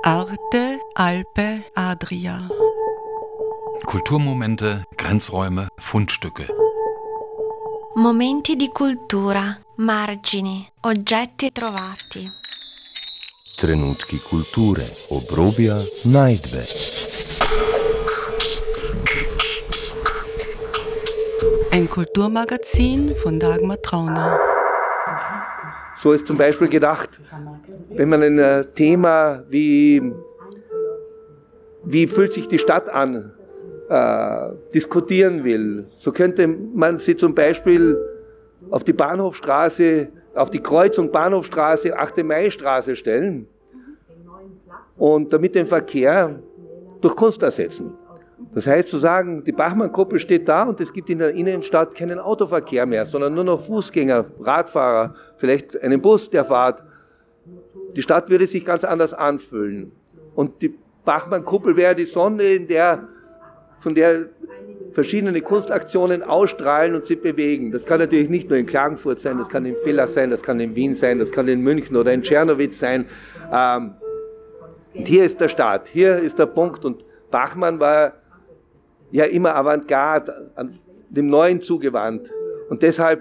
Arte, Alpe, Adria. Kulturmomente, Grenzräume, Fundstücke. Momenti di cultura, margini, oggetti trovati. Trenutki kulture, obrobja, najdbe. Ein Kulturmagazin von Dagmar Trauner. So ist zum Beispiel gedacht, wenn man ein Thema wie fühlt sich die Stadt an, diskutieren will, so könnte man sie zum Beispiel auf die Bahnhofstraße, auf die Kreuzung Bahnhofstraße, 8. Mai-Straße stellen und damit den Verkehr durch Kunst ersetzen. Das heißt zu sagen, die Bachmann-Kuppel steht da und es gibt in der Innenstadt keinen Autoverkehr mehr, sondern nur noch Fußgänger, Radfahrer, vielleicht einen Bus, der fährt. Die Stadt würde sich ganz anders anfühlen. Und die Bachmann-Kuppel wäre die Sonne, von der verschiedene Kunstaktionen ausstrahlen und sich bewegen. Das kann natürlich nicht nur in Klagenfurt sein, das kann in Villach sein, das kann in Wien sein, das kann in München oder in Czernowitz sein. Und hier ist der Start, hier ist der Punkt. Und Bachmann war ja immer Avantgarde, dem Neuen zugewandt. Und deshalb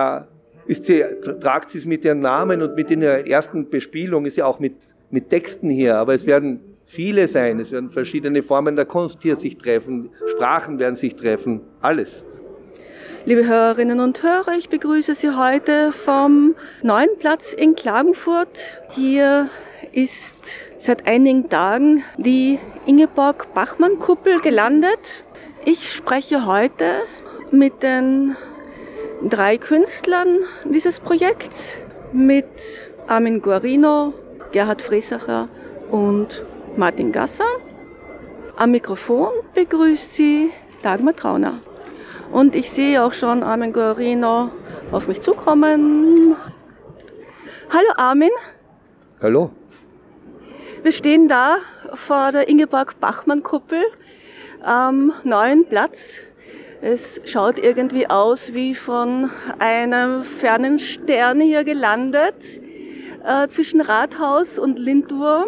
tragt sie es mit ihrem Namen und mit in der ersten Bespielung ist ja auch mit Texten hier. Aber es werden viele sein, es werden verschiedene Formen der Kunst hier sich treffen, Sprachen werden sich treffen, alles. Liebe Hörerinnen und Hörer, ich begrüße Sie heute vom Neuen Platz in Klagenfurt. Hier ist seit einigen Tagen die Ingeborg-Bachmann-Kuppel gelandet. Ich spreche heute mit den 3 Künstlern dieses Projekts, mit Armin Guarino, Gerhard Friesacher und Martin Gasser. Am Mikrofon begrüßt Sie Dagmar Trauner. Und ich sehe auch schon Armin Guarino auf mich zukommen. Hallo Armin. Hallo. Wir stehen da vor der Ingeborg-Bachmann-Kuppel am Neuen Platz. Es schaut irgendwie aus wie von einem fernen Stern hier gelandet, zwischen Rathaus und Lindwurm.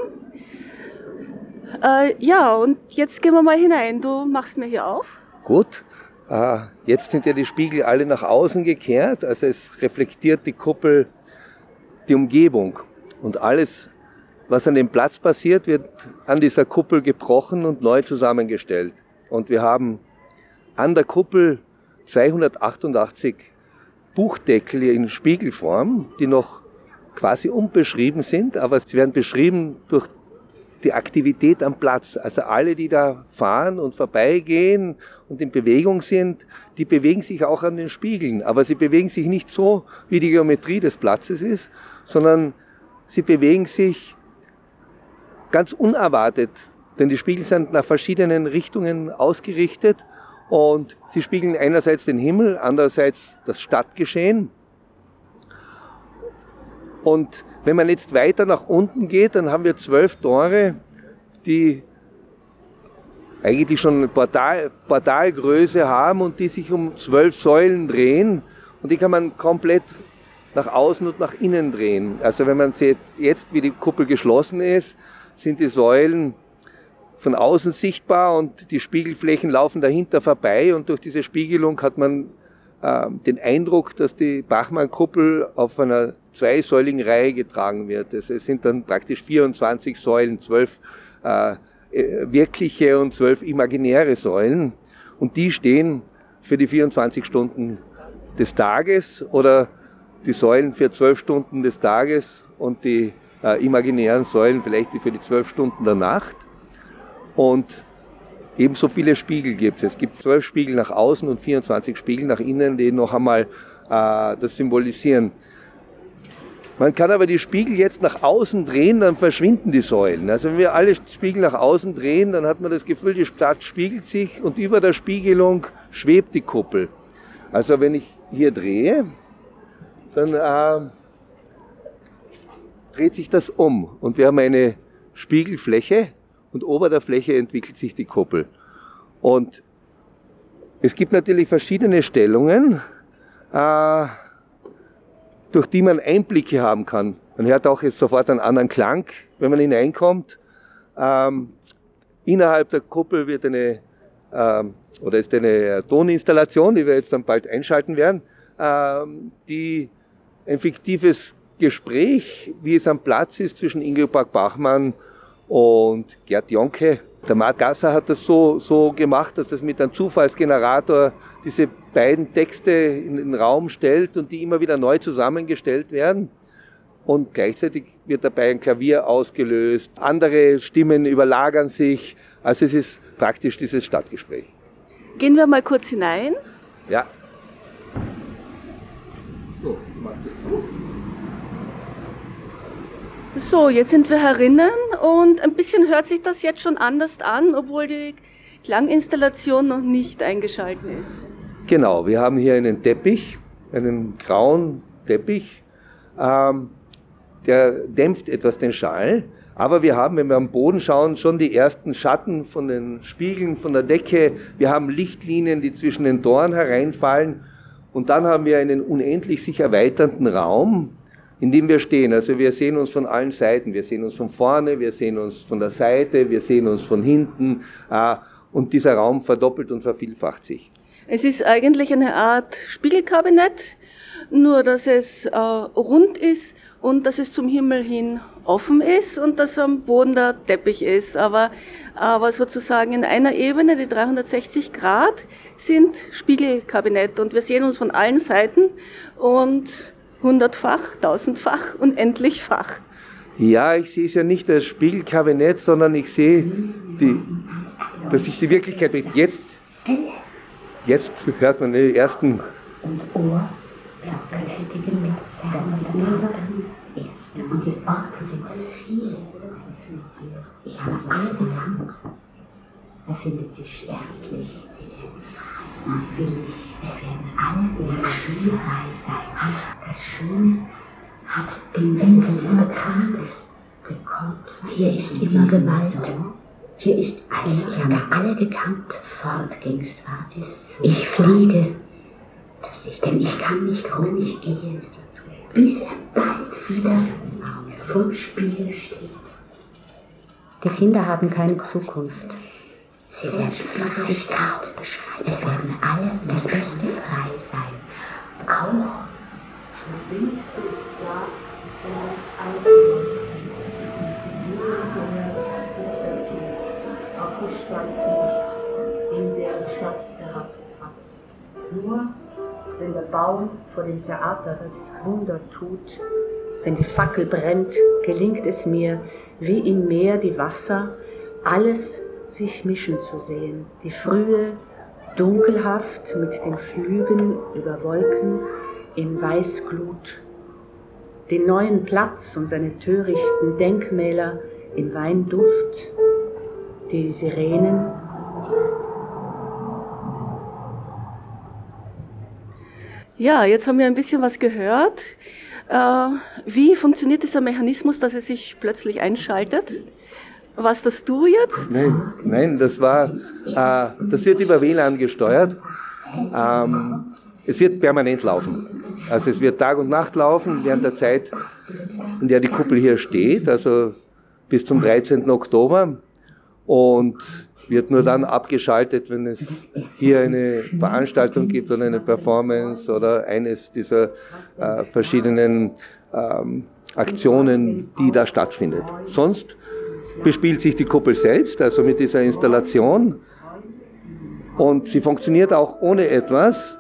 Ja, und jetzt gehen wir mal hinein. Du machst mir hier auf. Gut. Jetzt sind ja die Spiegel alle nach außen gekehrt, also es reflektiert die Kuppel die Umgebung. Und alles, was an dem Platz passiert, wird an dieser Kuppel gebrochen und neu zusammengestellt. Und wir haben an der Kuppel 288 Buchdeckel in Spiegelform, die noch quasi unbeschrieben sind, aber sie werden beschrieben durch die Aktivität am Platz. Also alle, die da fahren und vorbeigehen und in Bewegung sind, die bewegen sich auch an den Spiegeln. Aber sie bewegen sich nicht so, wie die Geometrie des Platzes ist, sondern sie bewegen sich ganz unerwartet. Denn die Spiegel sind nach verschiedenen Richtungen ausgerichtet und sie spiegeln einerseits den Himmel, andererseits das Stadtgeschehen. Und wenn man jetzt weiter nach unten geht, dann haben wir 12 Tore, die eigentlich schon Portalgröße haben und die sich um 12 Säulen drehen. Und die kann man komplett nach außen und nach innen drehen. Also wenn man sieht, jetzt wie die Kuppel geschlossen ist, sind die Säulen von außen sichtbar und die Spiegelflächen laufen dahinter vorbei. Und durch diese Spiegelung hat man den Eindruck, dass die Bachmann-Kuppel auf einer zweisäuligen Reihe getragen wird. Es sind dann praktisch 24 Säulen, 12 wirkliche und 12 imaginäre Säulen. Und die stehen für die 24 Stunden des Tages oder die Säulen für 12 Stunden des Tages und die imaginären Säulen vielleicht für die 12 Stunden der Nacht. Und ebenso viele Spiegel gibt es. Es gibt 12 Spiegel nach außen und 24 Spiegel nach innen, die noch einmal das symbolisieren. Man kann aber die Spiegel jetzt nach außen drehen, dann verschwinden die Säulen. Also wenn wir alle Spiegel nach außen drehen, dann hat man das Gefühl, die Stadt spiegelt sich und über der Spiegelung schwebt die Kuppel. Also wenn ich hier drehe, dann dreht sich das um und wir haben eine Spiegelfläche und ober der Fläche entwickelt sich die Kuppel. Und es gibt natürlich verschiedene Stellungen, durch die man Einblicke haben kann. Man hört auch jetzt sofort einen anderen Klang, wenn man hineinkommt. Innerhalb der Kuppel wird ist eine Toninstallation, die wir jetzt dann bald einschalten werden, die ein fiktives Gespräch, wie es am Platz ist, zwischen Ingeborg Bachmann und Gerd Jonke. Der Mart Gasser hat das so gemacht, dass das mit einem Zufallsgenerator diese beiden Texte in den Raum stellt und die immer wieder neu zusammengestellt werden. Und gleichzeitig wird dabei ein Klavier ausgelöst, andere Stimmen überlagern sich. Also es ist praktisch dieses Stadtgespräch. Gehen wir mal kurz hinein. Ja. So, mach das so. So, jetzt sind wir herinnen und ein bisschen hört sich das jetzt schon anders an, obwohl die Klanginstallation noch nicht eingeschaltet ist. Genau, wir haben hier einen Teppich, einen grauen Teppich, der dämpft etwas den Schall. Aber wir haben, wenn wir am Boden schauen, schon die ersten Schatten von den Spiegeln, von der Decke. Wir haben Lichtlinien, die zwischen den Toren hereinfallen. Und dann haben wir einen unendlich sich erweiternden Raum, in dem wir stehen. Also wir sehen uns von allen Seiten. Wir sehen uns von vorne, wir sehen uns von der Seite, wir sehen uns von hinten. Und dieser Raum verdoppelt und vervielfacht sich. Es ist eigentlich eine Art Spiegelkabinett, nur dass es rund ist und dass es zum Himmel hin offen ist und dass am Boden der Teppich ist. Aber sozusagen in einer Ebene, die 360 Grad, sind Spiegelkabinett. Und wir sehen uns von allen Seiten und 100-fach, 1000-fach, unendlich-fach. Ja, ich sehe es ja nicht als Spiegelkabinett, sondern ich sehe, dass sich die Wirklichkeit mit jetzt hört man die ersten verköstigen deine Ursachen erst. Und die Orte sind viele. Ich habe alle benannt. Er findet sie sterblich. Sie werden frei sein. Willig. Es werden alle das Schöne frei sein. Das Schöne hat den Winkel des Bekanntes gekonnt. Hier ist immer Gewalt. Hier ist alles. Ich habe alle gekannt. Fort gingst, war es. Ich fliege. Denn ich kann nicht ruhig gehen, bis er bald wieder vom Spiegel steht. Die Kinder haben keine Zukunft. Sie werden Freiheit beschreiben. Es werden alle das Beste frei sein. Auch von links ist da auch die Stadt nicht, in der die Stadt gehabt hat. Nur wenn der Baum vor dem Theater das Wunder tut, wenn die Fackel brennt, gelingt es mir, wie im Meer die Wasser, alles sich mischen zu sehen. Die Frühe dunkelhaft mit den Flügen über Wolken in Weißglut. Den neuen Platz und seine törichten Denkmäler in Weinduft. Die Sirenen. Ja, jetzt haben wir ein bisschen was gehört. Wie funktioniert dieser Mechanismus, dass er sich plötzlich einschaltet? Was das du jetzt? Nein, das wird über WLAN gesteuert. Es wird permanent laufen. Also es wird Tag und Nacht laufen während der Zeit, in der die Kuppel hier steht, also bis zum 13. Oktober. Und wird nur dann abgeschaltet, wenn es hier eine Veranstaltung gibt oder eine Performance oder eines dieser verschiedenen Aktionen, die da stattfindet. Sonst bespielt sich die Kuppel selbst, also mit dieser Installation. Und sie funktioniert auch ohne etwas,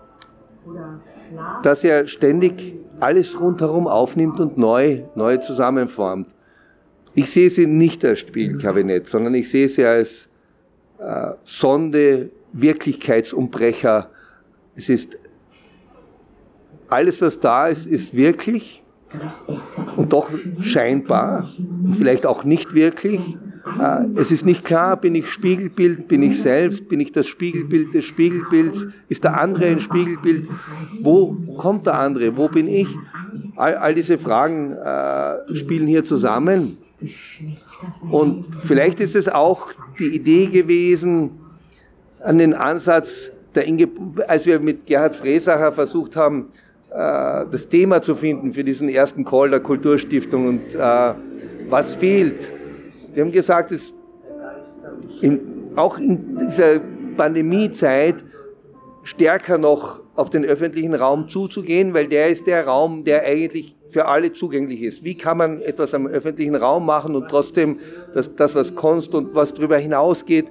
dass er ständig alles rundherum aufnimmt und neu zusammenformt. Ich sehe sie nicht als Spiegelkabinett, sondern ich sehe sie als Sonde, Wirklichkeitsumbrecher. Es ist alles, was da ist, ist wirklich und doch scheinbar, vielleicht auch nicht wirklich. Es ist nicht klar, bin ich Spiegelbild, bin ich selbst, bin ich das Spiegelbild des Spiegelbilds, ist der andere ein Spiegelbild, wo kommt der andere, wo bin ich? All diese Fragen spielen hier zusammen. Und vielleicht ist es auch die Idee gewesen, an den Ansatz, als wir mit Gerhard Fresacher versucht haben, das Thema zu finden für diesen ersten Call der Kulturstiftung und was fehlt. Die haben gesagt, auch in dieser Pandemiezeit stärker noch auf den öffentlichen Raum zuzugehen, weil der ist der Raum, der eigentlich für alle zugänglich ist. Wie kann man etwas am öffentlichen Raum machen und trotzdem das was Kunst und was darüber hinausgeht,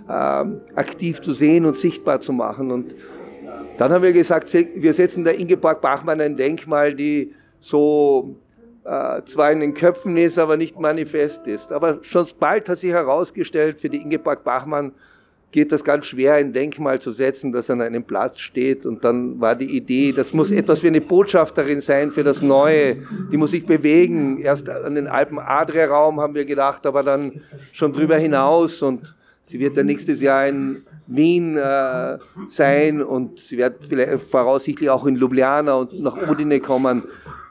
aktiv zu sehen und sichtbar zu machen. Und dann haben wir gesagt, wir setzen der Ingeborg Bachmann ein Denkmal, die so zwar in den Köpfen ist, aber nicht manifest ist. Aber schon bald hat sich herausgestellt, für die Ingeborg Bachmann geht das ganz schwer, ein Denkmal zu setzen, das an einem Platz steht. Und dann war die Idee, das muss etwas wie eine Botschafterin sein für das Neue. Die muss sich bewegen. Erst an den Alpen-Adria-Raum haben wir gedacht, aber dann schon drüber hinaus. Und sie wird dann nächstes Jahr in Wien sein und sie wird vielleicht voraussichtlich auch in Ljubljana und nach Udine kommen.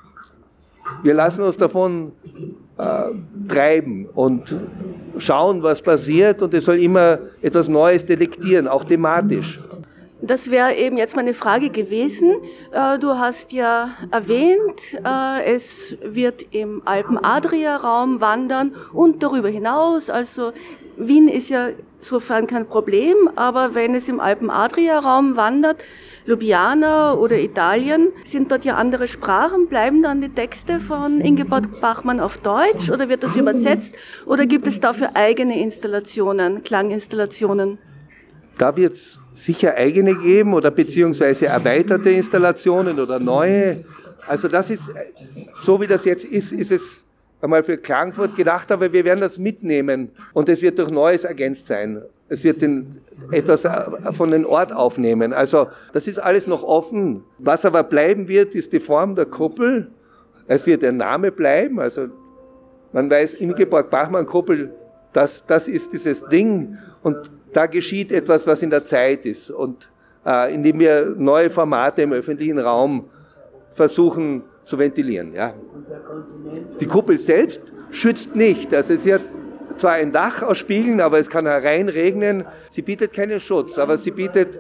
Wir lassen uns davon treiben und schauen, was passiert, und es soll immer etwas Neues detektieren, auch thematisch. Das wäre eben jetzt meine Frage gewesen. Du hast ja erwähnt, es wird im Alpen-Adria-Raum wandern und darüber hinaus. Also Wien ist ja sofern kein Problem, aber wenn es im Alpen-Adria-Raum wandert, Ljubljana oder Italien, sind dort ja andere Sprachen. Bleiben dann die Texte von Ingeborg Bachmann auf Deutsch oder wird das übersetzt oder gibt es dafür eigene Installationen, Klanginstallationen? Da wird es sicher eigene geben oder beziehungsweise erweiterte Installationen oder neue. Also das ist, so wie das jetzt ist es einmal für Klagenfurt gedacht, aber wir werden das mitnehmen und es wird durch Neues ergänzt sein. Es wird etwas von den Ort aufnehmen. Also das ist alles noch offen. Was aber bleiben wird, ist die Form der Kuppel. Es wird der Name bleiben. Also man weiß, Ingeborg Bachmann Kuppel, das ist dieses Ding. Und da geschieht etwas, was in der Zeit ist. Und indem wir neue Formate im öffentlichen Raum versuchen zu ventilieren. Ja. Die Kuppel selbst schützt nicht. Also sie hat zwar ein Dach aus Spiegeln, aber es kann hereinregnen. Sie bietet keinen Schutz, aber sie bietet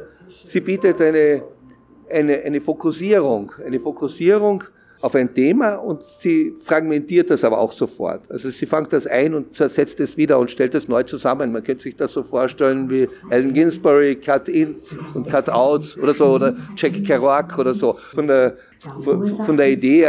eine Fokussierung auf ein Thema, und sie fragmentiert das aber auch sofort. Also sie fängt das ein und zersetzt es wieder und stellt es neu zusammen. Man könnte sich das so vorstellen wie Allen Ginsberg, Cut-Ins und Cut-Outs oder so, oder Jack Kerouac oder so. Von der Idee,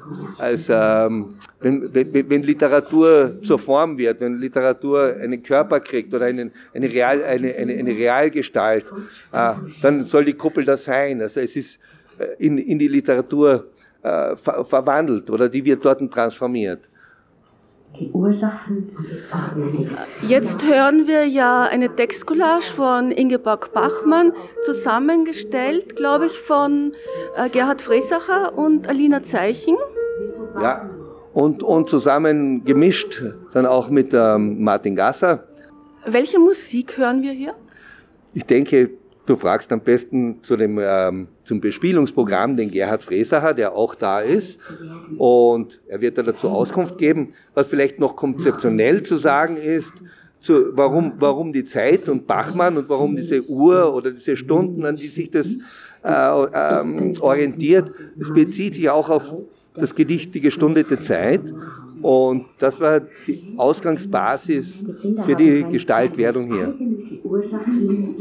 wenn Literatur zur Form wird, wenn Literatur einen Körper kriegt oder eine Realgestalt, dann soll die Kuppel das sein. Also es ist in die Literatur verwandelt oder die wird dort transformiert. Die Ursachen und die Folgen. Jetzt hören wir ja eine Textcollage von Ingeborg Bachmann, zusammengestellt, glaube ich, von Gerhard Fresacher und Alina Zeichen. Ja, und zusammen gemischt dann auch mit Martin Gasser. Welche Musik hören wir hier? Ich denke, du fragst am besten zum Bespielungsprogramm den Gerhard Fresacher, der auch da ist. Und er wird dazu Auskunft geben. Was vielleicht noch konzeptionell zu sagen ist, warum die Zeit und Bachmann und warum diese Uhr oder diese Stunden, an die sich das orientiert. Es bezieht sich auch auf das Gedicht Die gestundete Zeit. Und das war die Ausgangsbasis für die Gestaltwerdung hier. Die Ursachen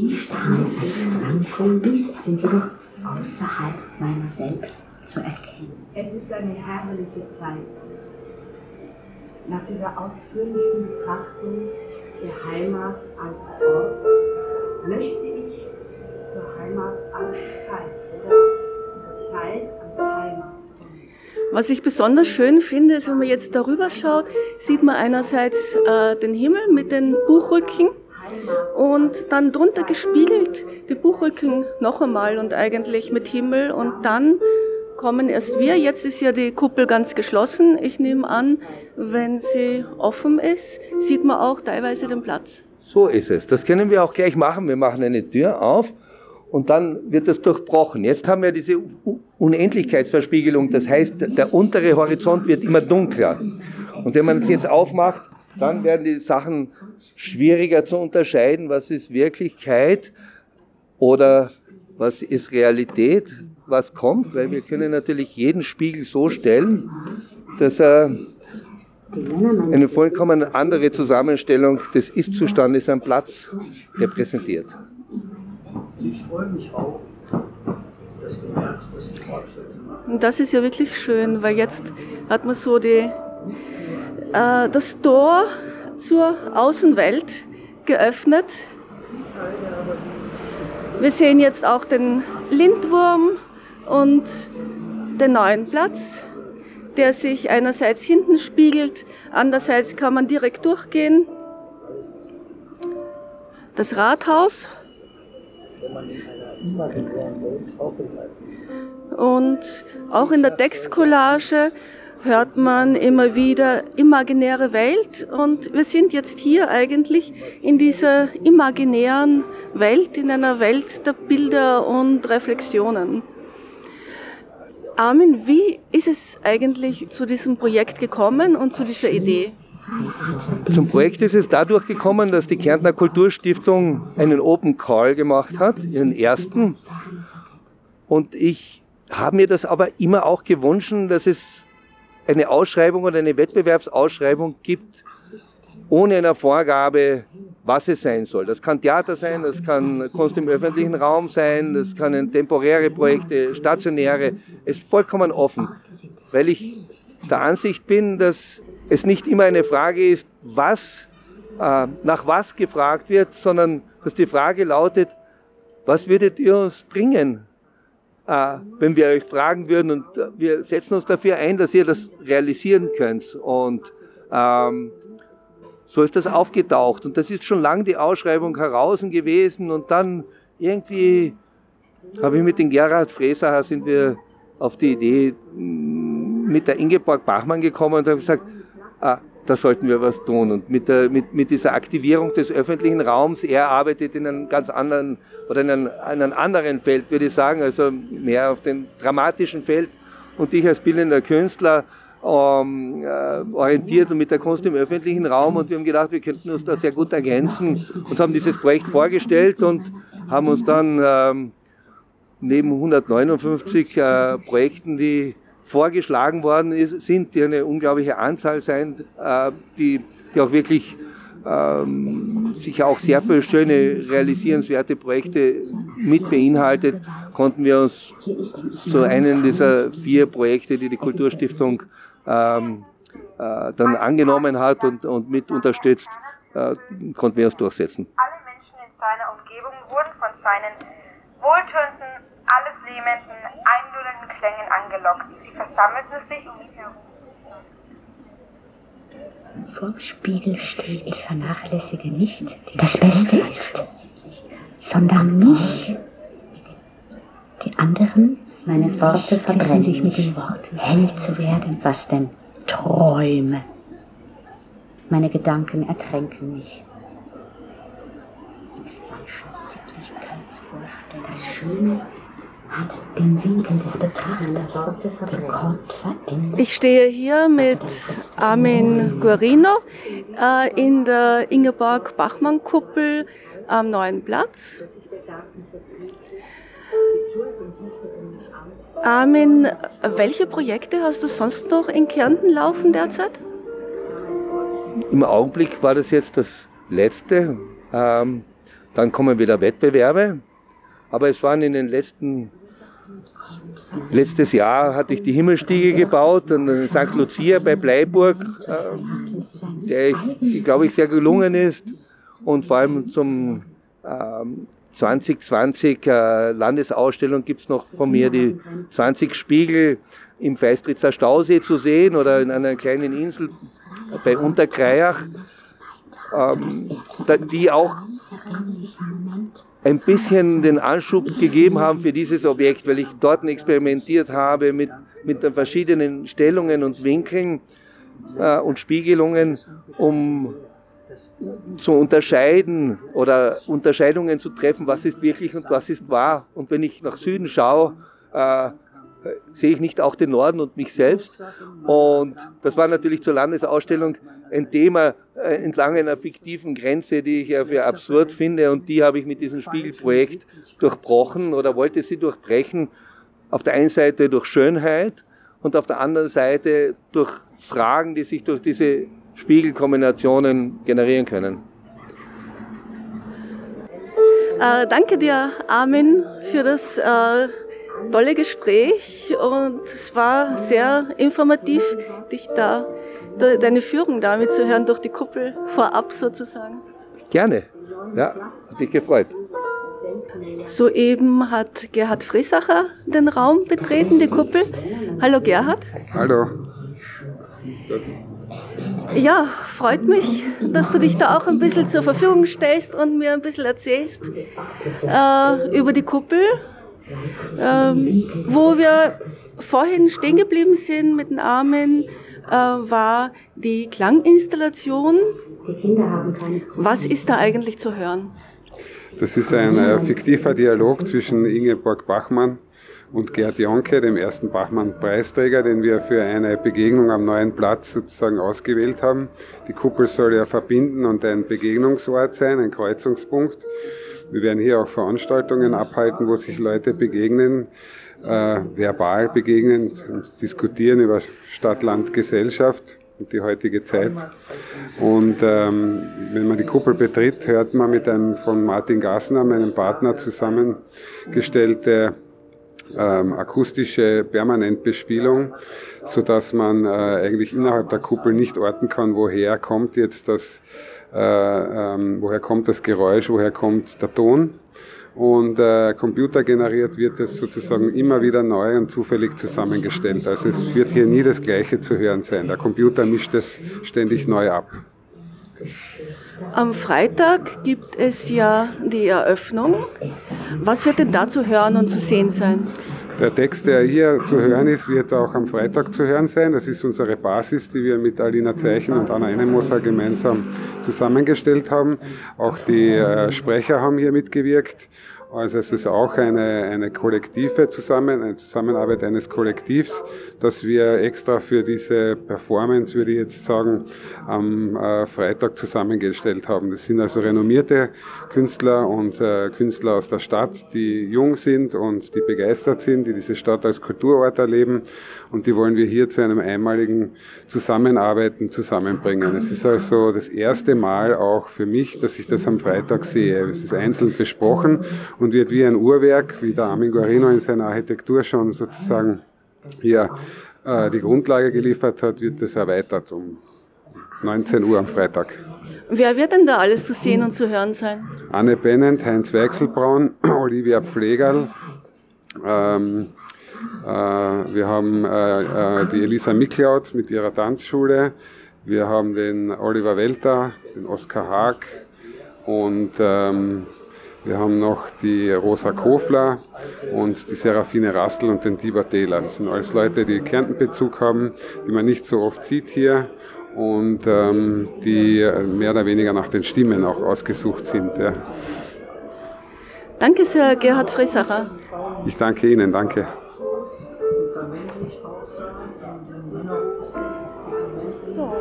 sind jedoch außerhalb meiner selbst zu erkennen. Es ist eine herrliche Zeit. Nach dieser ausführlichen Betrachtung der Heimat als Ort möchte ich zur Heimat als Zeit oder zur Zeit als Heimat. Was ich besonders schön finde, ist, wenn man jetzt darüber schaut, sieht man einerseits den Himmel mit den Buchrücken und dann drunter gespiegelt die Buchrücken noch einmal und eigentlich mit Himmel, und dann kommen erst wir. Jetzt ist ja die Kuppel ganz geschlossen. Ich nehme an, wenn sie offen ist, sieht man auch teilweise den Platz. So ist es. Das können wir auch gleich machen. Wir machen eine Tür auf. Und dann wird das durchbrochen. Jetzt haben wir diese Unendlichkeitsverspiegelung, das heißt, der untere Horizont wird immer dunkler. Und wenn man es jetzt aufmacht, dann werden die Sachen schwieriger zu unterscheiden, was ist Wirklichkeit oder was ist Realität, was kommt, weil wir können natürlich jeden Spiegel so stellen, dass er eine vollkommen andere Zusammenstellung des Ist-Zustandes am Platz repräsentiert. Ich freue mich auch, dass du merkst, dass ich fortschritte mache. Und das ist ja wirklich schön, weil jetzt hat man so das Tor zur Außenwelt geöffnet. Wir sehen jetzt auch den Lindwurm und den neuen Platz, der sich einerseits hinten spiegelt, andererseits kann man direkt durchgehen. Das Rathaus. Und auch in der Textcollage hört man immer wieder imaginäre Welt. Und wir sind jetzt hier eigentlich in dieser imaginären Welt, in einer Welt der Bilder und Reflexionen. Armin, wie ist es eigentlich zu diesem Projekt gekommen und zu dieser Idee? Zum Projekt ist es dadurch gekommen, dass die Kärntner Kulturstiftung einen Open Call gemacht hat, ihren ersten. Und ich habe mir das aber immer auch gewünscht, dass es eine Ausschreibung oder eine Wettbewerbsausschreibung gibt, ohne eine Vorgabe, was es sein soll. Das kann Theater sein, das kann Kunst im öffentlichen Raum sein, das können temporäre Projekte, stationäre. Es ist vollkommen offen, weil ich der Ansicht bin, dass es nicht immer eine Frage ist, nach was gefragt wird, sondern dass die Frage lautet, was würdet ihr uns bringen, wenn wir euch fragen würden, und wir setzen uns dafür ein, dass ihr das realisieren könnt. Und so ist das aufgetaucht. Und das ist schon lange die Ausschreibung heraus gewesen. Und dann irgendwie habe ich mit dem Gerhard Fräser, sind wir auf die Idee mit der Ingeborg Bachmann gekommen und haben gesagt, da sollten wir was tun. Und mit dieser Aktivierung des öffentlichen Raums, er arbeitet in einem ganz anderen oder in einem anderen Feld, würde ich sagen, also mehr auf dem dramatischen Feld. Und ich als bildender Künstler orientiert und mit der Kunst im öffentlichen Raum. Und wir haben gedacht, wir könnten uns da sehr gut ergänzen und haben dieses Projekt vorgestellt und haben uns dann neben 159 Projekten, die vorgeschlagen worden sind, die eine unglaubliche Anzahl sein, die auch wirklich sicher auch sehr viele schöne, realisierenswerte Projekte mit beinhaltet, konnten wir uns zu einem dieser 4 Projekte, die die Kulturstiftung dann angenommen hat und mit unterstützt, konnten wir uns durchsetzen. Alle Menschen in seiner Umgebung wurden von seinen wohltönenden, alles lähmenden, einlullenden Klängen angelockt. Sie versammelten sich um ihn herum. Vorm Spiegel stehe ich, vernachlässige nicht, das Beste ist, sondern mich. Die anderen, meine Worte verbrennen sich mit den Worten, hell zu werden. Was denn? Träume. Meine Gedanken ertränken mich. In falschen Sittlichkeitsvorstellungen. Das Schöne hat den Winkel des Betrachters Worte gekonnt verändert. Ich stehe hier mit Armin Guarino in der Ingeborg Bachmann-Kuppel am Neuen Platz. Armin, welche Projekte hast du sonst noch in Kärnten laufen derzeit? Im Augenblick war das jetzt das letzte. Dann kommen wieder Wettbewerbe. Aber es waren in den letztes Jahr hatte ich die Himmelstiege gebaut in St. Lucia bei Bleiburg, der glaube ich, sehr gelungen ist. Und vor allem zum 2020 Landesausstellung gibt es noch von mir die 20 Spiegel im Feistritzer Stausee zu sehen oder in einer kleinen Insel bei Unterkreiach, die auch ein bisschen den Anschub gegeben haben für dieses Objekt, weil ich dort experimentiert habe mit den verschiedenen Stellungen und Winkeln und Spiegelungen, um zu unterscheiden oder Unterscheidungen zu treffen, was ist wirklich und was ist wahr. Und wenn ich nach Süden schaue, sehe ich nicht auch den Norden und mich selbst. Und das war natürlich zur Landesausstellung ein Thema entlang einer fiktiven Grenze, die ich ja für absurd finde. Und die habe ich mit diesem Spiegelprojekt durchbrochen oder wollte sie durchbrechen. Auf der einen Seite durch Schönheit und auf der anderen Seite durch Fragen, die sich durch diese Spiegelkombinationen generieren können. Danke dir, Armin, für das tolle Gespräch und es war sehr informativ, deine Führung damit zu hören durch die Kuppel vorab sozusagen. Gerne, ja, hat mich gefreut. Soeben hat Gerhard Friesacher den Raum betreten, die Kuppel. Hallo Gerhard. Hallo. Ja, freut mich, dass du dich da auch ein bisschen zur Verfügung stellst und mir ein bisschen erzählst über die Kuppel. Wo wir vorhin stehen geblieben sind mit den Armen, war die Klanginstallation. Was ist da eigentlich zu hören? Das ist ein fiktiver Dialog zwischen Ingeborg Bachmann und Gerd Jonke, dem ersten Bachmann-Preisträger, den wir für eine Begegnung am Neuen Platz sozusagen ausgewählt haben. Die Kuppel soll ja verbinden und ein Begegnungsort sein, ein Kreuzungspunkt. Wir werden hier auch Veranstaltungen abhalten, wo sich Leute begegnen, verbal begegnen und diskutieren über Stadt, Land, Gesellschaft und die heutige Zeit. Und wenn man die Kuppel betritt, hört man mit einem von Martin Gassner, meinem Partner, zusammengestellte akustische Permanentbespielung, sodass man eigentlich innerhalb der Kuppel nicht orten kann, woher kommt das Geräusch, woher kommt der Ton. Und computergeneriert wird es sozusagen immer wieder neu und zufällig zusammengestellt. Also es wird hier nie das Gleiche zu hören sein. Der Computer mischt es ständig neu ab. Am Freitag gibt es ja die Eröffnung. Was wird denn da zu hören und zu sehen sein? Der Text, der hier zu hören ist, wird auch am Freitag zu hören sein. Das ist unsere Basis, die wir mit Alina Zeichen und Anna Ennemoser gemeinsam zusammengestellt haben. Auch die Sprecher haben hier mitgewirkt. Also es ist auch eine Zusammenarbeit eines Kollektivs, das wir extra für diese Performance, würde ich jetzt sagen, am Freitag zusammengestellt haben. Das sind also renommierte Künstler und Künstler aus der Stadt, die jung sind und die begeistert sind, die diese Stadt als Kulturort erleben, und die wollen wir hier zu einem einmaligen Zusammenarbeiten zusammenbringen. Es ist also das erste Mal auch für mich, dass ich das am Freitag sehe. Es ist einzeln besprochen und wird wie ein Uhrwerk, wie der Armin Guarino in seiner Architektur schon sozusagen hier die Grundlage geliefert hat, wird das erweitert um 19 Uhr am Freitag. Wer wird denn da alles zu sehen und zu hören sein? Anne Bennent, Heinz Weichselbraun, Olivia Pflegerl, wir haben die Elisa Miklaut mit ihrer Tanzschule, wir haben den Oliver Welter, den Oskar Haag und wir haben noch die Rosa Kofler und die Serafine Rastl und den Tibor Taylor. Das sind alles Leute, die Kärntenbezug haben, die man nicht so oft sieht hier und die mehr oder weniger nach den Stimmen auch ausgesucht sind. Ja. Danke sehr, Gerhard Friesacher. Ich danke Ihnen, danke. So.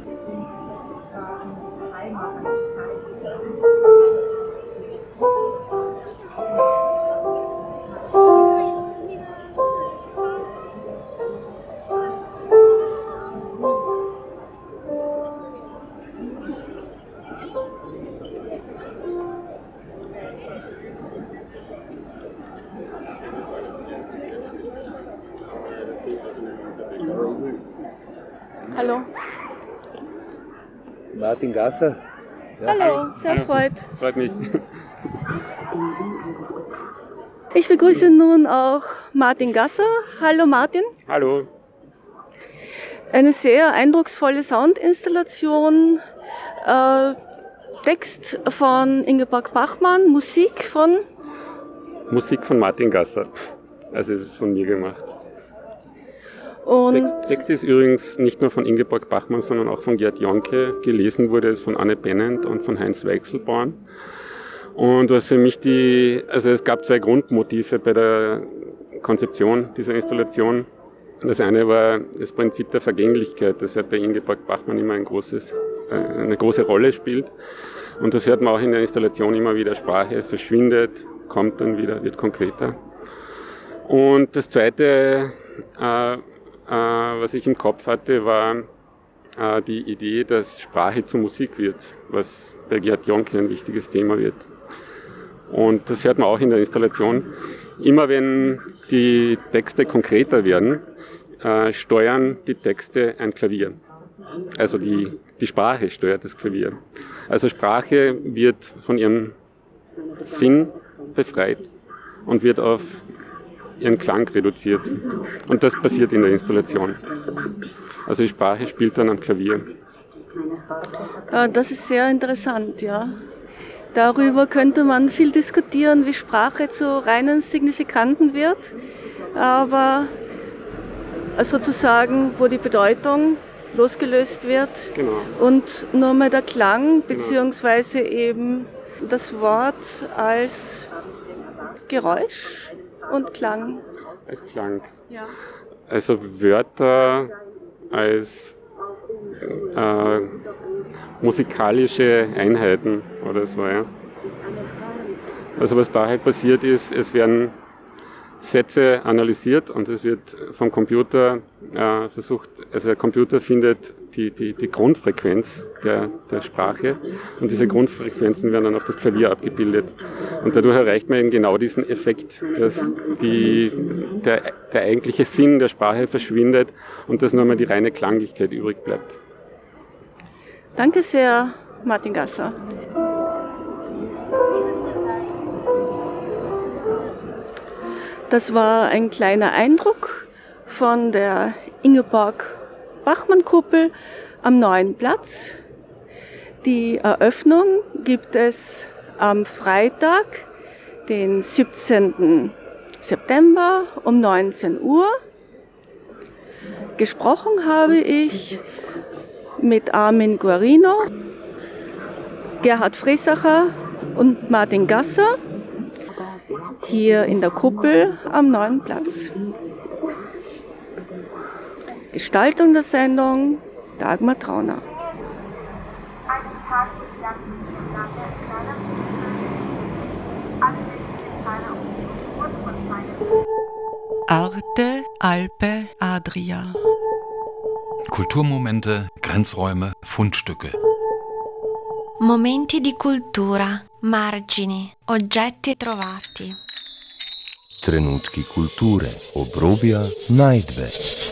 Hallo. Martin Gasser. Ja. Hallo, sehr erfreut. Freut mich. Ich begrüße nun auch Martin Gasser. Hallo Martin. Hallo. Eine sehr eindrucksvolle Soundinstallation. Text von Ingeborg Bachmann, Musik von Martin Gasser. Also es ist von mir gemacht. Und Text ist übrigens nicht nur von Ingeborg Bachmann, sondern auch von Gerd Jonke. Gelesen wurde es von Anne Bennent und von Heinz Weichselbraun. Und was für mich es gab zwei Grundmotive bei der Konzeption dieser Installation. Das eine war das Prinzip der Vergänglichkeit, das halt bei Ingeborg Bachmann immer eine große Rolle spielt. Und das hört man auch in der Installation immer wieder. Sprache verschwindet, kommt dann wieder, wird konkreter. Und das zweite was ich im Kopf hatte, war die Idee, dass Sprache zu Musik wird, was bei Gerd Jonke ein wichtiges Thema wird. Und das hört man auch in der Installation. Immer wenn die Texte konkreter werden, steuern die Texte ein Klavier. Also die Sprache steuert das Klavier. Also Sprache wird von ihrem Sinn befreit und wird auf ihren Klang reduziert. Und das passiert in der Installation. Also die Sprache spielt dann am Klavier. Das ist sehr interessant, ja. Darüber könnte man viel diskutieren, wie Sprache zu reinen Signifikanten wird, aber sozusagen, wo die Bedeutung losgelöst wird und nur mehr der Klang beziehungsweise eben das Wort als Geräusch und Klang. Als Klang. Ja. Also Wörter als musikalische Einheiten oder so, ja. Also was da halt passiert ist, es werden Sätze analysiert und es wird vom Computer versucht, also der Computer findet die Grundfrequenz der Sprache und diese Grundfrequenzen werden dann auf das Klavier abgebildet. Und dadurch erreicht man eben genau diesen Effekt, dass der eigentliche Sinn der Sprache verschwindet und dass nur mal die reine Klanglichkeit übrig bleibt. Danke sehr, Martin Gasser. Das war ein kleiner Eindruck von der Ingeborg-Bachmann-Kuppel am Neuen Platz. Die Eröffnung gibt es am Freitag, den 17. September um 19 Uhr. Gesprochen habe ich mit Armin Guarino, Gerhard Friesacher und Martin Gasser hier in der Kuppel am Neuen Platz. Gestaltung der Sendung Dagmar Trauner. Arte, Alpe, Adria. Kulturmomente, Grenzräume, Fundstücke. Momenti di cultura, margini, oggetti trovati. Trenutki kulture, obrobja, najdbe.